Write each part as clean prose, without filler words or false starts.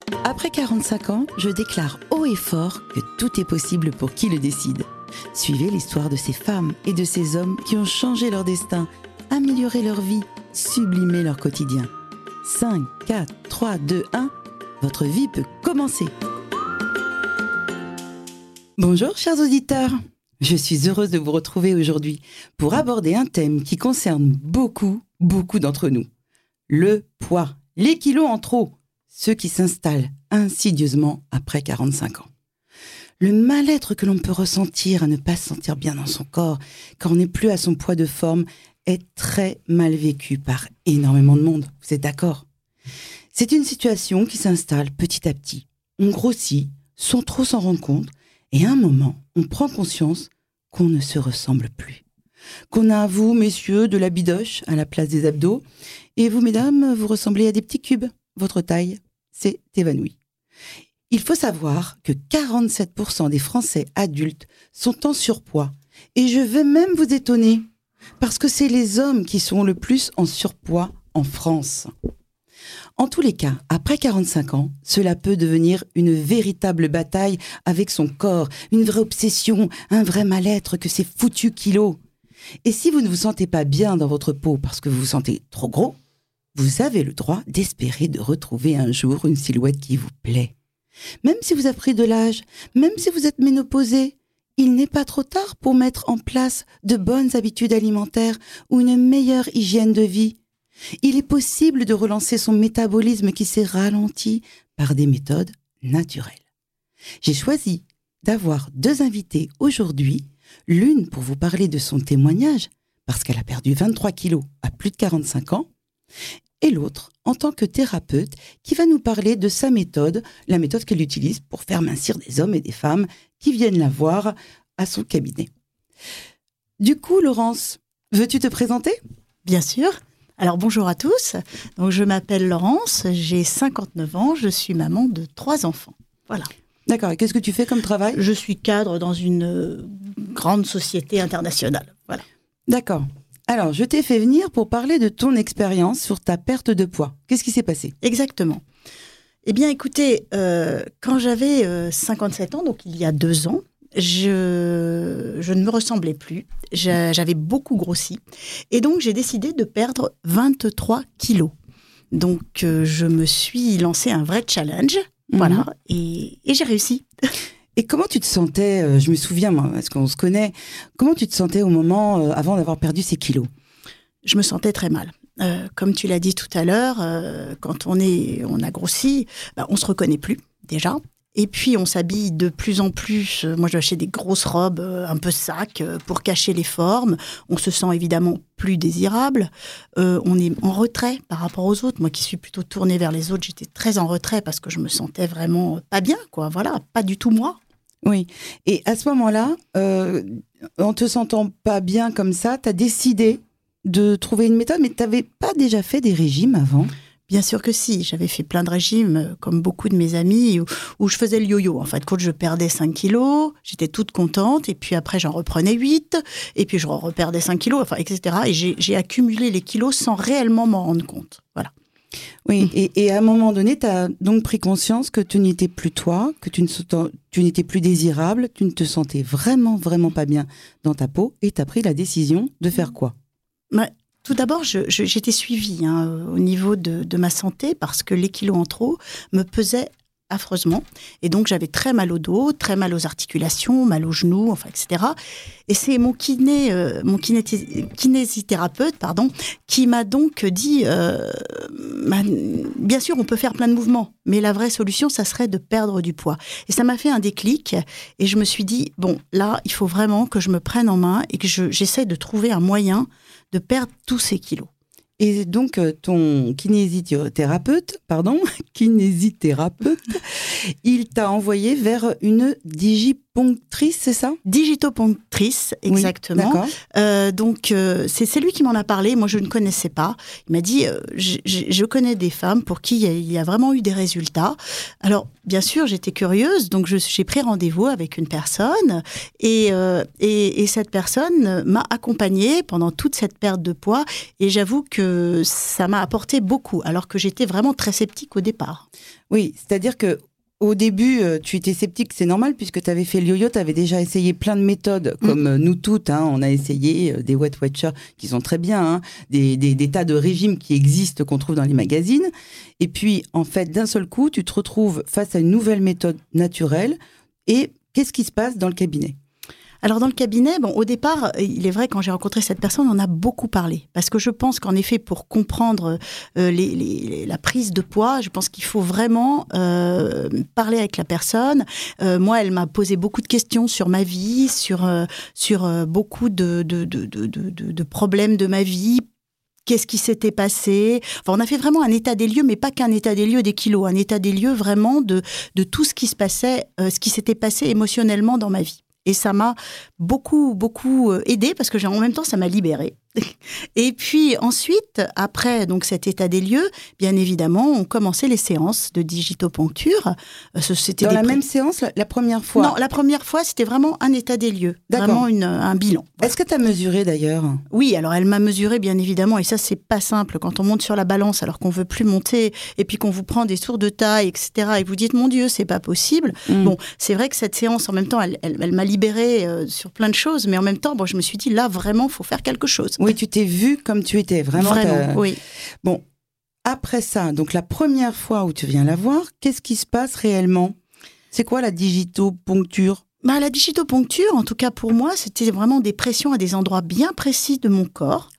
Après 45 ans, je déclare haut et fort que tout est possible pour qui le décide. Suivez l'histoire de ces femmes et de ces hommes qui ont changé leur destin, amélioré leur vie, sublimé leur quotidien. 5, 4, 3, 2, 1, votre vie peut commencer. Bonjour chers auditeurs, je suis heureuse de vous retrouver aujourd'hui pour aborder un thème qui concerne beaucoup d'entre nous. Le poids, les kilos en trop, ceux qui s'installent insidieusement après 45 ans. Le mal-être que l'on peut ressentir à ne pas se sentir bien dans son corps quand on n'est plus à son poids de forme est très mal vécu par énormément de monde, vous êtes d'accord ? C'est une situation qui s'installe petit à petit. On grossit sans trop s'en rendre compte et à un moment, on prend conscience qu'on ne se ressemble plus. Qu'on a, vous, messieurs, de la bidoche à la place des abdos et vous, mesdames, vous ressemblez à des petits cubes. Votre taille s'est évanouie. Il faut savoir que 47% des Français adultes sont en surpoids. Et je vais même vous étonner, parce que c'est les hommes qui sont le plus en surpoids en France. En tous les cas, après 45 ans, cela peut devenir une véritable bataille avec son corps, une vraie obsession, un vrai mal-être que ces foutus kilos. Et si vous ne vous sentez pas bien dans votre peau parce que vous vous sentez trop gros, vous avez le droit d'espérer de retrouver un jour une silhouette qui vous plaît. Même si vous avez pris de l'âge, même si vous êtes ménopausé, il n'est pas trop tard pour mettre en place de bonnes habitudes alimentaires ou une meilleure hygiène de vie. Il est possible de relancer son métabolisme qui s'est ralenti par des méthodes naturelles. J'ai choisi d'avoir 2 invités aujourd'hui, l'une pour vous parler de son témoignage, parce qu'elle a perdu 23 kilos à plus de 45 ans, et l'autre en tant que thérapeute qui va nous parler de sa méthode, la méthode qu'elle utilise pour faire mincir des hommes et des femmes qui viennent la voir à son cabinet. Du coup, Laurence, veux-tu te présenter ? Bien sûr. Alors bonjour à tous. Donc, je m'appelle Laurence, j'ai 59 ans, je suis maman de 3 enfants. Voilà. D'accord, et qu'est-ce que tu fais comme travail ? Je suis cadre dans une grande société internationale. Voilà. D'accord. Alors, je t'ai fait venir pour parler de ton expérience sur ta perte de poids. Qu'est-ce qui s'est passé ? Exactement. Eh bien, écoutez, quand j'avais 57 ans, donc il y a 2 ans, je ne me ressemblais plus. J'avais beaucoup grossi. Et donc, j'ai décidé de perdre 23 kilos. Donc, je me suis lancé un vrai challenge. Voilà. Et j'ai réussi. Et comment tu te sentais, je me souviens, moi, parce qu'on se connaît, comment tu te sentais au moment, avant d'avoir perdu ces kilos ? Je me sentais très mal. Comme tu l'as dit tout à l'heure, quand on a grossi, on se reconnaît plus, déjà. Et puis, on s'habille de plus en plus. Moi, je vais acheter des grosses robes un peu sacs pour cacher les formes. On se sent évidemment plus désirable. On est en retrait par rapport aux autres. Moi qui suis plutôt tournée vers les autres, j'étais très en retrait parce que je me sentais vraiment pas bien, quoi. Voilà, pas du tout moi. Oui. Et à ce moment-là, en te sentant pas bien comme ça, tu as décidé de trouver une méthode, mais tu n'avais pas déjà fait des régimes avant ? Bien sûr que si, j'avais fait plein de régimes, comme beaucoup de mes amis, où je faisais le yo-yo. En fait, quand je perdais 5 kilos, j'étais toute contente, et puis après, j'en reprenais 8, et puis je reperdais 5 kilos, enfin, etc. Et j'ai accumulé les kilos sans réellement m'en rendre compte. Voilà. Oui, et à un moment donné, tu as donc pris conscience que tu n'étais plus toi, que tu n'étais plus désirable, tu ne te sentais vraiment pas bien dans ta peau, et tu as pris la décision de faire quoi ? Tout d'abord, j'étais suivie au niveau de ma santé parce que les kilos en trop me pesaient affreusement. Et donc, j'avais très mal au dos, très mal aux articulations, mal aux genoux, enfin, etc. Et c'est mon kinésithérapeute, qui m'a donc dit, bien sûr, on peut faire plein de mouvements, mais la vraie solution, ça serait de perdre du poids. Et ça m'a fait un déclic. Et je me suis dit, bon, là, il faut vraiment que je me prenne en main et que j'essaie de trouver un moyen de perdre tous ces kilos. Et donc, ton kinésithérapeute, Il t'a envoyé vers une digiponctrice, c'est ça? Digitoponctrice, exactement. Oui, donc, c'est lui qui m'en a parlé. Moi, je ne connaissais pas. Il m'a dit, je connais des femmes pour qui il y a vraiment eu des résultats. Alors, bien sûr, j'étais curieuse, donc j'ai pris rendez-vous avec une personne et cette personne m'a accompagnée pendant toute cette perte de poids et j'avoue que ça m'a apporté beaucoup, alors que j'étais vraiment très sceptique au départ. Oui, c'est-à-dire que au début, tu étais sceptique, c'est normal, puisque tu avais fait le yo-yo, tu avais déjà essayé plein de méthodes, comme nous toutes, on a essayé des Weight Watchers qui sont très bien, des tas de régimes qui existent, qu'on trouve dans les magazines. Et puis, en fait, d'un seul coup, tu te retrouves face à une nouvelle méthode naturelle. Et qu'est-ce qui se passe dans le cabinet ? Alors dans le cabinet, au départ, il est vrai, quand j'ai rencontré cette personne, on en a beaucoup parlé. Parce que je pense qu'en effet, pour comprendre la prise de poids, je pense qu'il faut vraiment parler avec la personne. Moi, elle m'a posé beaucoup de questions sur ma vie, sur beaucoup de problèmes de ma vie. Qu'est-ce qui s'était passé ? Enfin, on a fait vraiment un état des lieux, mais pas qu'un état des lieux des kilos, un état des lieux vraiment de tout ce qui se passait, ce qui s'était passé émotionnellement dans ma vie. Et ça m'a beaucoup, beaucoup aidée parce que en même temps, ça m'a libérée. Et puis ensuite, après donc cet état des lieux, bien évidemment, on commençait les séances de digitoponcture. C'était dans la même séance la première fois ? Non, la première fois, c'était vraiment un état des lieux, vraiment un bilan. Est-ce que tu as mesuré d'ailleurs ? Oui, alors elle m'a mesuré bien évidemment, et ça c'est pas simple quand on monte sur la balance alors qu'on veut plus monter, et puis qu'on vous prend des tours de taille, etc. Et vous dites mon Dieu, c'est pas possible. Bon, c'est vrai que cette séance en même temps, elle m'a libérée sur plein de choses, mais en même temps, je me suis dit là vraiment, faut faire quelque chose. Oui, tu t'es vue comme tu étais, vraiment. Oui. Bon, après ça, donc la première fois où tu viens la voir, qu'est-ce qui se passe réellement ? C'est quoi la digitoponcture ? La digitoponcture, en tout cas pour moi, c'était vraiment des pressions à des endroits bien précis de mon corps.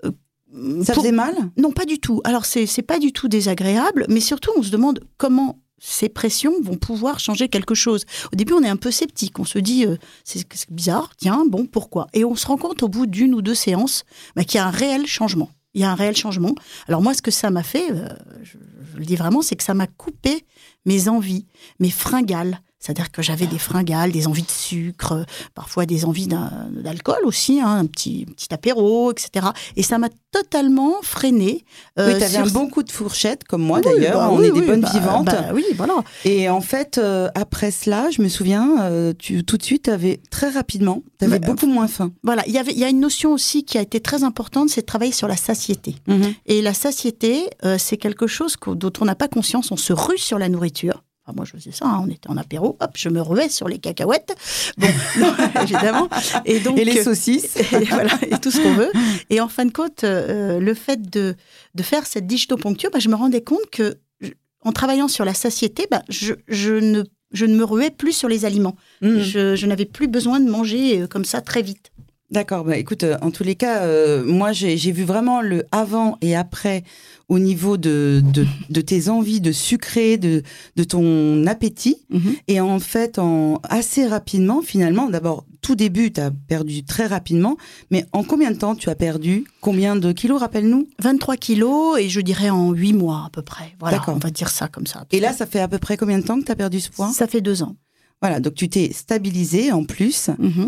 Ça faisait mal ? Non, pas du tout. Alors, c'est pas du tout désagréable, mais surtout, on se demande comment ces pressions vont pouvoir changer quelque chose. Au début, on est un peu sceptique. On se dit, c'est bizarre, tiens, bon, pourquoi ? Et on se rend compte au bout d'une ou deux séances qu'il y a un réel changement. Il y a un réel changement. Alors moi, ce que ça m'a fait, je le dis vraiment, c'est que ça m'a coupé mes envies, mes fringales. C'est-à-dire que j'avais des fringales, des envies de sucre, parfois des envies d'alcool aussi, un petit apéro, etc. Et ça m'a totalement freinée. Oui, tu avais un bon coup de fourchette, comme moi d'ailleurs. On est des bonnes vivantes. Oui, voilà. Et en fait, après cela, je me souviens, tout de suite, tu avais très rapidement, tu avais beaucoup moins faim. Voilà, il y a une notion aussi qui a été très importante, c'est de travailler sur la satiété. Et la satiété, c'est quelque chose dont on n'a pas conscience, on se rue sur la nourriture. Moi, je faisais ça, on était en apéro, hop, je me ruais sur les cacahuètes, non, évidemment. Et les saucisses. Et tout ce qu'on veut. Et en fin de compte, le fait de faire cette digitoponcture, je me rendais compte que, en travaillant sur la satiété, je ne me ruais plus sur les aliments. Je n'avais plus besoin de manger comme ça très vite. D'accord, écoute, en tous les cas, moi j'ai vu vraiment le avant et après au niveau de tes envies de sucrer, de ton appétit. Et en fait, assez rapidement, finalement, d'abord, tout début, tu as perdu très rapidement, mais en combien de temps tu as perdu ? Combien de kilos, rappelle-nous ? 23 kilos, et je dirais en 8 mois à peu près. Voilà, d'accord. On va dire ça comme ça. Et là, ça fait à peu près combien de temps que tu as perdu ce poids ? Ça fait 2 ans. Voilà, donc tu t'es stabilisée en plus,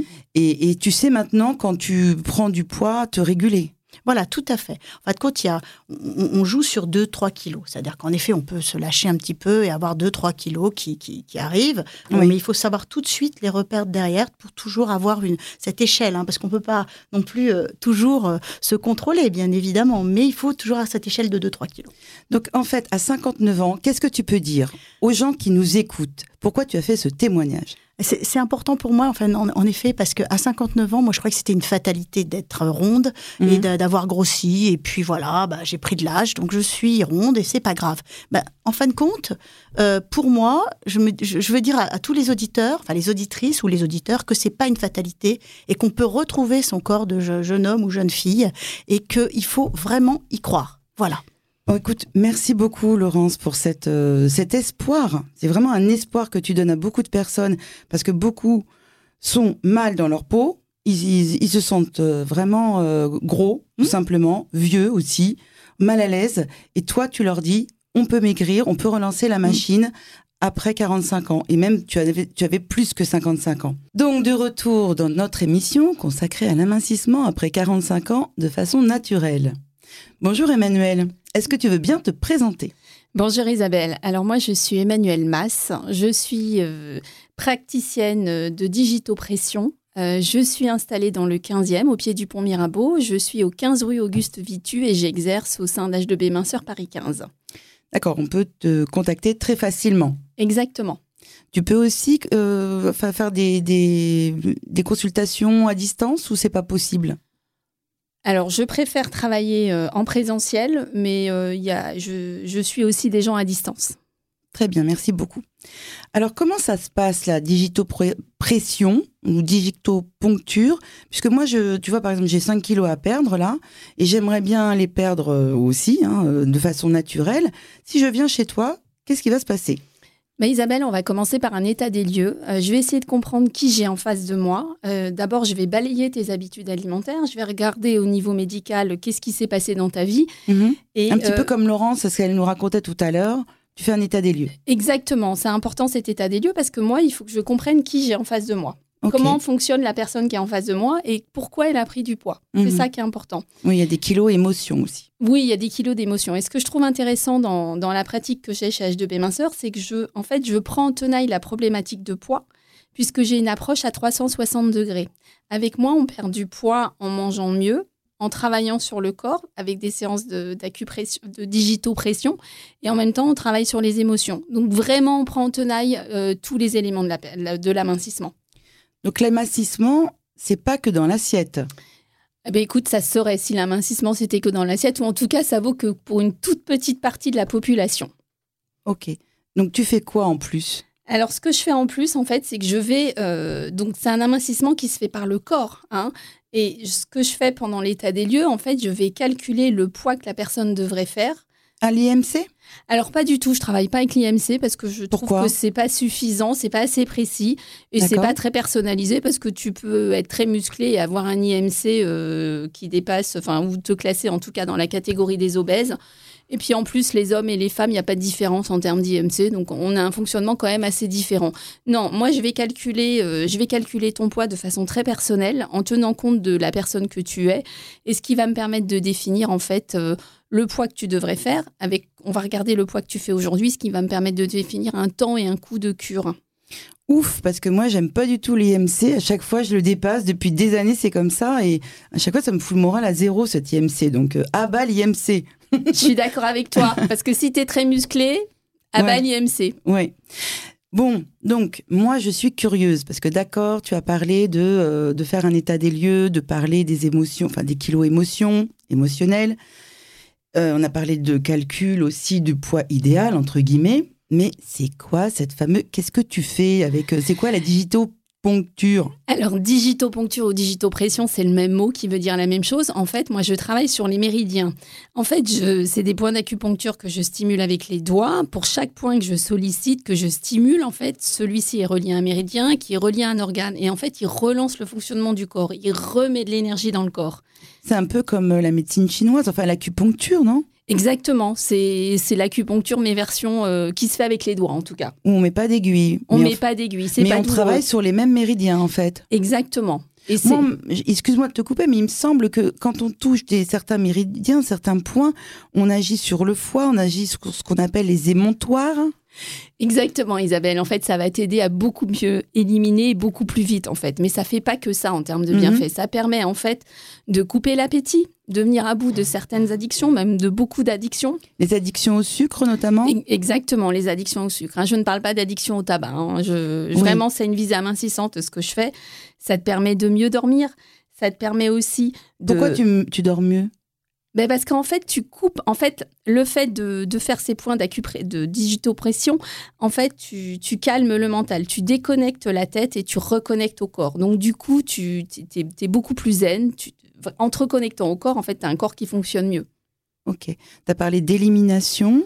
et tu sais maintenant, quand tu prends du poids, te réguler. Voilà, tout à fait. En fin de compte, on joue sur 2-3 kilos. C'est-à-dire qu'en effet, on peut se lâcher un petit peu et avoir 2-3 kilos qui arrivent. Oui. Mais il faut savoir tout de suite les repères derrière pour toujours avoir cette échelle. Parce qu'on ne peut pas non plus toujours se contrôler, bien évidemment. Mais il faut toujours avoir cette échelle de 2-3 kilos. Donc, en fait, à 59 ans, qu'est-ce que tu peux dire aux gens qui nous écoutent ? Pourquoi tu as fait ce témoignage ? C'est important pour moi, en effet, parce qu'à 59 ans, moi, je croyais que c'était une fatalité d'être ronde et d'avoir grossi. Et puis voilà, j'ai pris de l'âge, donc je suis ronde et c'est pas grave. En fin de compte, pour moi, je veux dire à tous les auditeurs, enfin les auditrices ou les auditeurs, que c'est pas une fatalité et qu'on peut retrouver son corps de jeune homme ou jeune fille et qu'il faut vraiment y croire. Voilà. Bon, écoute, merci beaucoup Laurence pour cet espoir. C'est vraiment un espoir que tu donnes à beaucoup de personnes parce que beaucoup sont mal dans leur peau. Ils se sentent vraiment gros, tout simplement, vieux aussi, mal à l'aise. Et toi, tu leur dis, on peut maigrir, on peut relancer la machine après 45 ans. Et même, tu avais plus que 55 ans. Donc, de retour dans notre émission consacrée à l'amincissement après 45 ans de façon naturelle. Bonjour Emmanuelle, est-ce que tu veux bien te présenter ? Bonjour Isabelle, alors moi je suis Emmanuelle Masse, je suis praticienne de digitopression. Je suis installée dans le 15e, au pied du pont Mirabeau. Je suis au 15 rue Auguste Vitu et j'exerce au sein d'H2B Minceur Paris 15. D'accord, on peut te contacter très facilement. Exactement. Tu peux aussi faire des consultations à distance ou c'est pas possible ? Alors, je préfère travailler en présentiel, mais je suis aussi des gens à distance. Très bien, merci beaucoup. Alors, comment ça se passe, la digitopression ou digitoponcture ? Puisque moi, tu vois, par exemple, j'ai 5 kilos à perdre, là, et j'aimerais bien les perdre aussi, de façon naturelle. Si je viens chez toi, qu'est-ce qui va se passer ? Isabelle, on va commencer par un état des lieux. Je vais essayer de comprendre qui j'ai en face de moi. D'abord, je vais balayer tes habitudes alimentaires. Je vais regarder au niveau médical qu'est-ce qui s'est passé dans ta vie. Et un petit peu comme Laurence, ce qu'elle nous racontait tout à l'heure. Tu fais un état des lieux. Exactement, c'est important cet état des lieux parce que moi, il faut que je comprenne qui j'ai en face de moi. Okay. Comment fonctionne la personne qui est en face de moi et pourquoi elle a pris du poids. C'est ça qui est important. Oui, il y a des kilos émotions aussi. Oui, il y a des kilos d'émotions. Et ce que je trouve intéressant dans la pratique que j'ai chez H2B Minceur, c'est que je prends en tenaille la problématique de poids puisque j'ai une approche à 360 degrés. Avec moi, on perd du poids en mangeant mieux, en travaillant sur le corps avec des séances de digitopression et en même temps, on travaille sur les émotions. Donc vraiment, on prend en tenaille tous les éléments de l'amincissement. Donc l'amincissement, c'est pas que dans l'assiette. Écoute, ça serait si l'amincissement c'était que dans l'assiette, ou en tout cas, ça vaut que pour une toute petite partie de la population. Ok. Donc tu fais quoi en plus ? Alors, ce que je fais en plus, en fait, c'est que je vais... donc, c'est un amincissement qui se fait par le corps. Et ce que je fais pendant l'état des lieux, en fait, je vais calculer le poids que la personne devrait faire. À l'IMC ? Alors, pas du tout. Je travaille pas avec l'IMC parce que je trouve que c'est pas suffisant, c'est pas assez précis et c'est pas très personnalisé parce que tu peux être très musclé et avoir un IMC qui dépasse, ou te classer en tout cas dans la catégorie des obèses. Et puis en plus, les hommes et les femmes, il n'y a pas de différence en termes d'IMC, donc on a un fonctionnement quand même assez différent. Non, moi je vais calculer ton poids de façon très personnelle, en tenant compte de la personne que tu es, et ce qui va me permettre de définir en fait le poids que tu devrais faire. On va regarder le poids que tu fais aujourd'hui, ce qui va me permettre de définir un temps et un coût de cure. Ouf, parce que moi, j'aime pas du tout l'IMC. À chaque fois, je le dépasse. Depuis des années, c'est comme ça. Et à chaque fois, ça me fout le moral à zéro, cet IMC. Donc, à bas l'IMC. Je suis d'accord avec toi. Parce que si tu es très musclé, à bas l'IMC. Oui. Bon, donc, moi, je suis curieuse. Parce que d'accord, tu as parlé de faire un état des lieux, de parler des émotions, des kilos émotionnels. On a parlé de calcul aussi du poids idéal, entre guillemets. Mais c'est quoi cette fameuse... Qu'est-ce que tu fais avec... C'est quoi la digitoponcture ? Alors, digitoponcture ou digitopression, c'est le même mot qui veut dire la même chose. En fait, moi, je travaille sur les méridiens. En fait, c'est des points d'acupuncture que je stimule avec les doigts. Pour chaque point que je sollicite, que je stimule, en fait, celui-ci est relié à un méridien qui est relié à un organe. Et en fait, il relance le fonctionnement du corps. Il remet de l'énergie dans le corps. C'est un peu comme la médecine chinoise, l'acupuncture, non ? Exactement, c'est l'acupuncture, mais version qui se fait avec les doigts en tout cas. On met pas d'aiguille. On met pas d'aiguille, c'est pas douloureux. Mais on travaille sur les mêmes méridiens en fait. Exactement. Et moi, excuse-moi de te couper, mais il me semble que quand on touche certains méridiens, certains points, on agit sur le foie, on agit sur ce qu'on appelle les émontoires. Exactement, Isabelle. En fait, ça va t'aider à beaucoup mieux éliminer, beaucoup plus vite, en fait. Mais ça fait pas que ça en termes de bienfaits. Ça permet, en fait, de couper l'appétit, de venir à bout de certaines addictions, même de beaucoup d'addictions. Les addictions au sucre, notamment ? Exactement, les addictions au sucre. Je ne parle pas d'addiction au tabac. Vraiment, c'est une visée amincissante, ce que je fais. Ça te permet de mieux dormir. Ça te permet aussi de... Pourquoi tu dors mieux ? Parce qu'en fait, tu coupes. En fait, le fait de faire ces points de digitopression, en fait, tu calmes le mental. Tu déconnectes la tête et tu reconnectes au corps. Donc, du coup, tu es beaucoup plus zen. En te reconnectant au corps, en fait, tu as un corps qui fonctionne mieux. Ok. Tu as parlé d'élimination.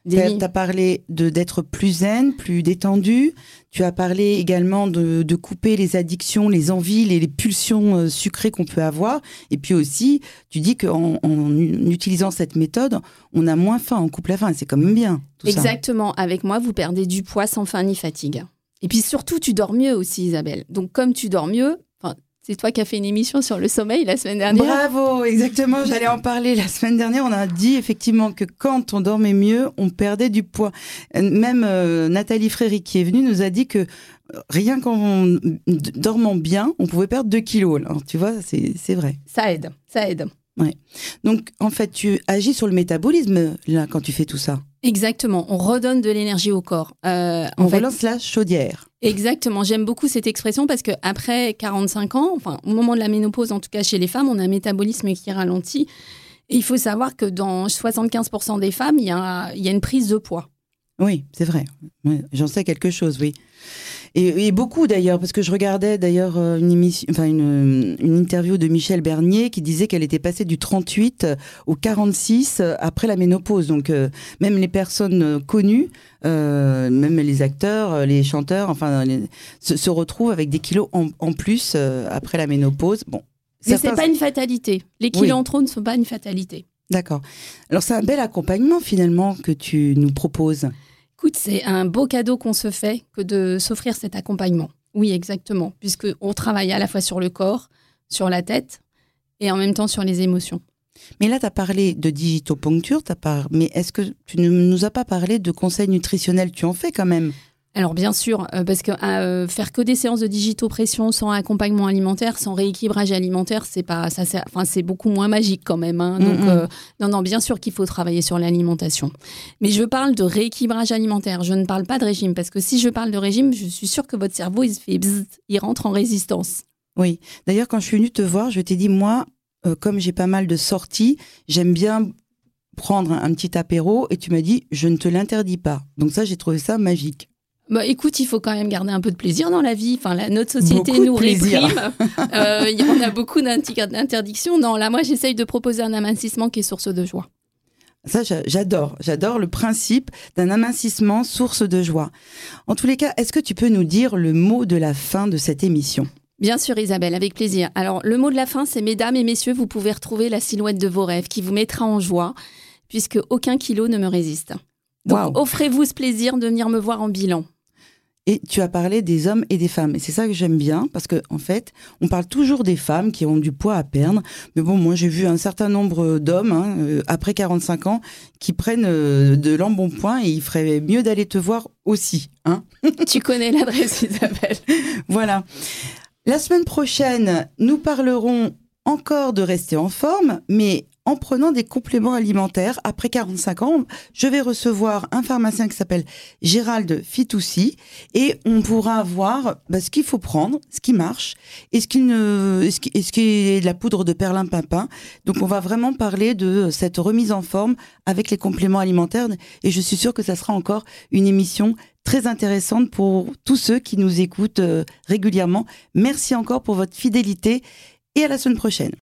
Tu as parlé d'être plus zen, plus détendu. Tu as parlé également de couper les addictions, les envies, les pulsions sucrées qu'on peut avoir. Et puis aussi, tu dis qu'en utilisant cette méthode, on a moins faim, on coupe la faim. C'est quand même bien. Exactement. Avec moi, vous perdez du poids sans faim ni fatigue. Et puis surtout, tu dors mieux aussi, Isabelle. Donc comme tu dors mieux... C'est toi qui as fait une émission sur le sommeil la semaine dernière. Bravo, exactement. J'allais en parler la semaine dernière. On a dit effectivement que quand on dormait mieux, on perdait du poids. Même Nathalie Fréry qui est venue nous a dit que rien qu'en dormant bien, on pouvait perdre 2 kilos. Alors, tu vois, c'est vrai. Ça aide. Ouais. Donc, en fait, tu agis sur le métabolisme là quand tu fais tout ça. Exactement. On redonne de l'énergie au corps. On relance la chaudière. Exactement. J'aime beaucoup cette expression parce qu'après 45 ans, enfin, au moment de la ménopause, en tout cas chez les femmes, on a un métabolisme qui ralentit. Et il faut savoir que dans 75% des femmes, il y a une prise de poids. Oui, c'est vrai. Ouais, j'en sais quelque chose, oui. Et beaucoup d'ailleurs, parce que je regardais d'ailleurs une interview de Michel Bernier qui disait qu'elle était passée du 38 au 46 après la ménopause. Donc même les personnes connues, même les acteurs, les chanteurs, se retrouvent avec des kilos en plus après la ménopause. Bon, mais c'est pas une fatalité. Les kilos en trop ne sont pas une fatalité. D'accord. Alors c'est un bel accompagnement finalement que tu nous proposes. Écoute, c'est un beau cadeau qu'on se fait que de s'offrir cet accompagnement. Oui, exactement, puisqu'on travaille à la fois sur le corps, sur la tête et en même temps sur les émotions. Mais là, tu as parlé de digitoponcture, mais est-ce que tu ne nous as pas parlé de conseils nutritionnels? Tu en fais quand même? Alors bien sûr, parce que faire que des séances de digitopression sans accompagnement alimentaire, sans rééquilibrage alimentaire, c'est beaucoup moins magique quand même. Hein. Donc non, bien sûr qu'il faut travailler sur l'alimentation. Mais je parle de rééquilibrage alimentaire. Je ne parle pas de régime, parce que si je parle de régime, je suis sûre que votre cerveau il se fait bzzz, il rentre en résistance. Oui. D'ailleurs, quand je suis venue te voir, je t'ai dit moi, comme j'ai pas mal de sorties, j'aime bien prendre un petit apéro, et tu m'as dit je ne te l'interdis pas. Donc ça, j'ai trouvé ça magique. Bah, écoute, il faut quand même garder un peu de plaisir dans la vie. Enfin, notre société nous réprime. On a beaucoup d'interdictions. Non, là, moi, j'essaye de proposer un amincissement qui est source de joie. Ça, j'adore le principe d'un amincissement source de joie. En tous les cas, est-ce que tu peux nous dire le mot de la fin de cette émission ? Bien sûr, Isabelle, avec plaisir. Alors, le mot de la fin, c'est « Mesdames et messieurs, vous pouvez retrouver la silhouette de vos rêves qui vous mettra en joie, puisque aucun kilo ne me résiste. » Donc, offrez-vous ce plaisir de venir me voir en bilan. Et tu as parlé des hommes et des femmes. Et c'est ça que j'aime bien, parce qu'en fait, on parle toujours des femmes qui ont du poids à perdre. Mais bon, moi, j'ai vu un certain nombre d'hommes, après 45 ans, qui prennent de l'embonpoint, et il ferait mieux d'aller te voir aussi. Hein. Tu connais l'adresse, Isabelle. Voilà. La semaine prochaine, nous parlerons encore de rester en forme, mais en prenant des compléments alimentaires. Après 45 ans, je vais recevoir un pharmacien qui s'appelle Gérald Fitoussi, et on pourra voir ce qu'il faut prendre, ce qui marche, et ce qui est de la poudre de perlimpinpin. Donc on va vraiment parler de cette remise en forme avec les compléments alimentaires, et je suis sûre que ça sera encore une émission très intéressante pour tous ceux qui nous écoutent régulièrement. Merci encore pour votre fidélité, et à la semaine prochaine.